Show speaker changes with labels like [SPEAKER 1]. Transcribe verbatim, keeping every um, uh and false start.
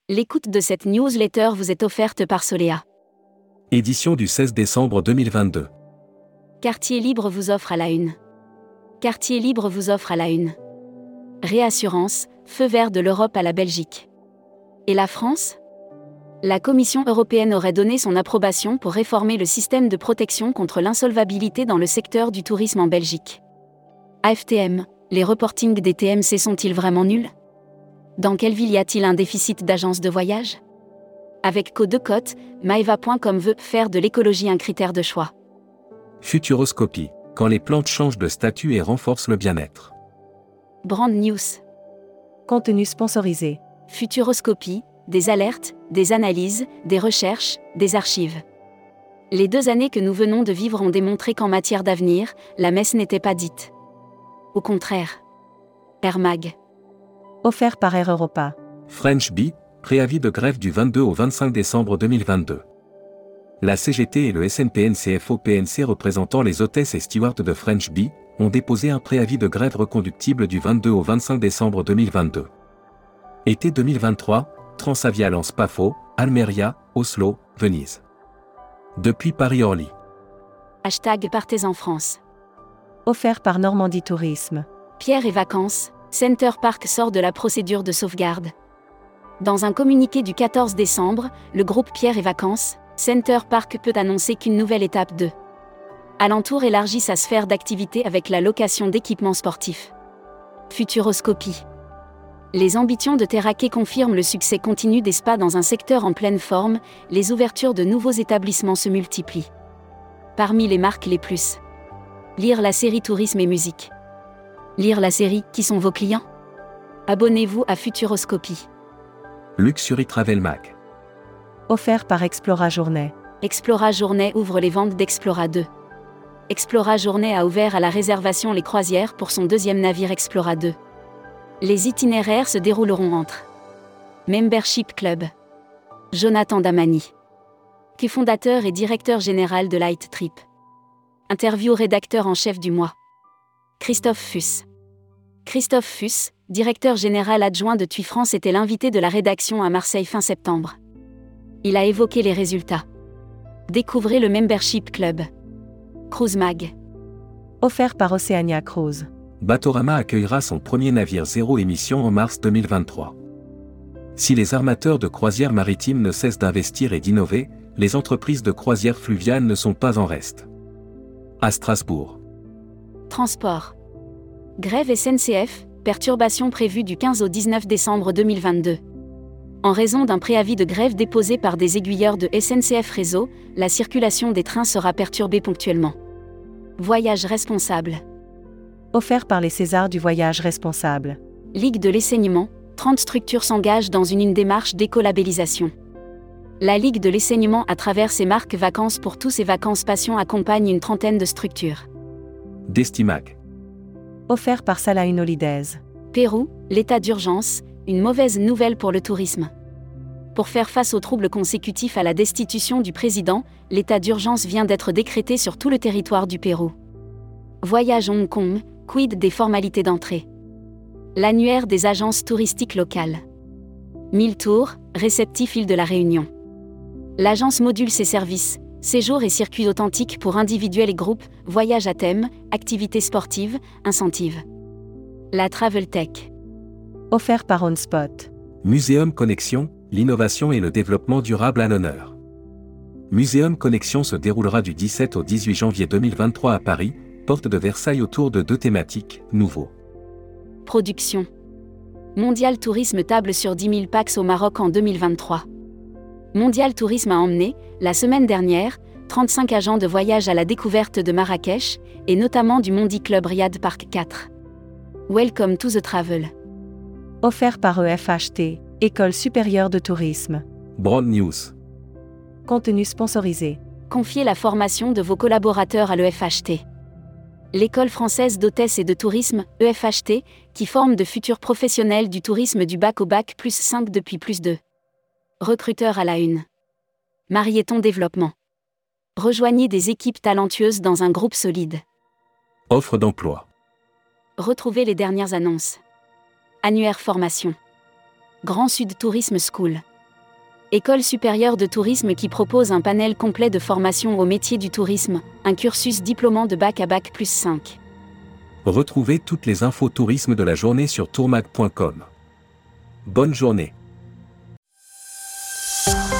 [SPEAKER 1] L'écoute de cette newsletter vous est offerte par Solea.
[SPEAKER 2] Édition du seize décembre deux mille vingt-deux.
[SPEAKER 1] Quartier Libre vous offre à la une. Quartier Libre vous offre à la une. Réassurance, feu vert de l'Europe à la Belgique. Et la France ? La Commission européenne aurait donné son approbation pour réformer le système de protection contre l'insolvabilité dans le secteur du tourisme en Belgique. A F T M, les reportings des T M C sont-ils vraiment nuls ? Dans quelle ville y a-t-il un déficit d'agences de voyage ? Avec Codecote, Maeva point com veut faire de l'écologie un critère de choix.
[SPEAKER 2] Futuroscopie, quand les plantes changent de statut et renforcent le bien-être.
[SPEAKER 1] Brand News.
[SPEAKER 3] Contenu sponsorisé.
[SPEAKER 1] Futuroscopie, des alertes, des analyses, des recherches, des archives. Les deux années que nous venons de vivre ont démontré qu'en matière d'avenir, la messe n'était pas dite. Au contraire. Air Mag.
[SPEAKER 3] Offert par Air Europa.
[SPEAKER 2] French Bee, préavis de grève du vingt-deux au vingt-cinq décembre deux mille vingt-deux. La C G T et le S N P N C F O P N C représentant les hôtesses et stewards de French Bee ont déposé un préavis de grève reconductible du vingt-deux au vingt-cinq décembre deux mille vingt-deux. Été deux mille vingt-trois, Transavia lance Pafo, Almeria, Oslo, Venise. Depuis Paris-Orly.
[SPEAKER 1] Hashtag Partez en France.
[SPEAKER 3] Offert par Normandie Tourisme.
[SPEAKER 1] Pierre et vacances, Center Parc sort de la procédure de sauvegarde. Dans un communiqué du quatorze décembre, le groupe Pierre et vacances, Center Parc peut annoncer qu'une nouvelle étape de Alentour élargit sa sphère d'activité avec la location d'équipements sportifs. Futuroscopie. Les ambitions de Terraquet confirment le succès continu des spas dans un secteur en pleine forme, les ouvertures de nouveaux établissements se multiplient. Parmi les marques les plus. Lire la série Tourisme et musique. Lire la série Qui sont vos clients ? Abonnez-vous à Futuroscopie.
[SPEAKER 2] Luxury Travel Mag.
[SPEAKER 3] Offert par Explora Journée.
[SPEAKER 1] Explora Journée ouvre les ventes d'Explora deux. Explora Journée a ouvert à la réservation les croisières pour son deuxième navire Explora deux. Les itinéraires se dérouleront entre Membership Club. Jonathan Damani, cofondateur et directeur général de Light Trip. Interview rédacteur en chef du mois. Christophe Fuss. Christophe Fuss, directeur général adjoint de TUI France, était l'invité de la rédaction à Marseille fin septembre. Il a évoqué les résultats. Découvrez le Membership Club. Cruise Mag.
[SPEAKER 3] Offert par Oceania Cruise.
[SPEAKER 2] Batorama accueillera son premier navire zéro émission en mars deux mille vingt-trois. Si les armateurs de croisières maritimes ne cessent d'investir et d'innover, les entreprises de croisières fluviales ne sont pas en reste. À Strasbourg.
[SPEAKER 1] Transport. Grève S N C F, perturbation prévue du quinze au dix-neuf décembre deux mille vingt-deux. En raison d'un préavis de grève déposé par des aiguilleurs de S N C F Réseau, la circulation des trains sera perturbée ponctuellement. Voyage responsable.
[SPEAKER 3] Offert par les Césars du voyage responsable.
[SPEAKER 1] Ligue de l'Essaignement, trente structures s'engagent dans une, une démarche d'écolabellisation. La Ligue de l'Essaignement à travers ses marques Vacances pour tous et Vacances Passion accompagne une trentaine de structures.
[SPEAKER 2] Destimac.
[SPEAKER 3] Offert par Salahin Holidays.
[SPEAKER 1] Pérou, l'état d'urgence, une mauvaise nouvelle pour le tourisme. Pour faire face aux troubles consécutifs à la destitution du président, l'état d'urgence vient d'être décrété sur tout le territoire du Pérou. Voyage Hong Kong, quid des formalités d'entrée ? L'annuaire des agences touristiques locales. mille tours, réceptif Île de la Réunion. L'agence module ses services, séjours et circuits authentiques pour individuels et groupes, voyages à thème, activités sportives, incentives. La Travel Tech.
[SPEAKER 3] Offert par OnSpot.
[SPEAKER 2] Muséum Connexion, l'innovation et le développement durable à l'honneur. Muséum Connexion se déroulera du dix-sept au dix-huit janvier deux mille vingt-trois à Paris, porte de Versailles, autour de deux thématiques, nouveaux.
[SPEAKER 1] Production. Mondial Tourisme table sur dix mille Pax au Maroc en deux mille vingt-trois. Mondial Tourisme a emmené, la semaine dernière, trente-cinq agents de voyage à la découverte de Marrakech, et notamment du Mondi Club Riyad Park quatre. Welcome to the travel.
[SPEAKER 3] Offert par E F H T, École supérieure de tourisme.
[SPEAKER 2] Broad News.
[SPEAKER 3] Contenu sponsorisé.
[SPEAKER 1] Confiez la formation de vos collaborateurs à l'E F H T. L'École française d'hôtesse et de tourisme, E F H T, qui forme de futurs professionnels du tourisme du bac au bac plus cinq depuis plus de. Recruteur à la une. Marieton Développement. Rejoignez des équipes talentueuses dans un groupe solide.
[SPEAKER 2] Offre d'emploi.
[SPEAKER 1] Retrouvez les dernières annonces. Annuaire formation. Grand Sud Tourisme School. École supérieure de tourisme qui propose un panel complet de formation au métier du tourisme, un cursus diplômant de bac à bac plus cinq.
[SPEAKER 2] Retrouvez toutes les infos tourisme de la journée sur tourmag point com. Bonne journée.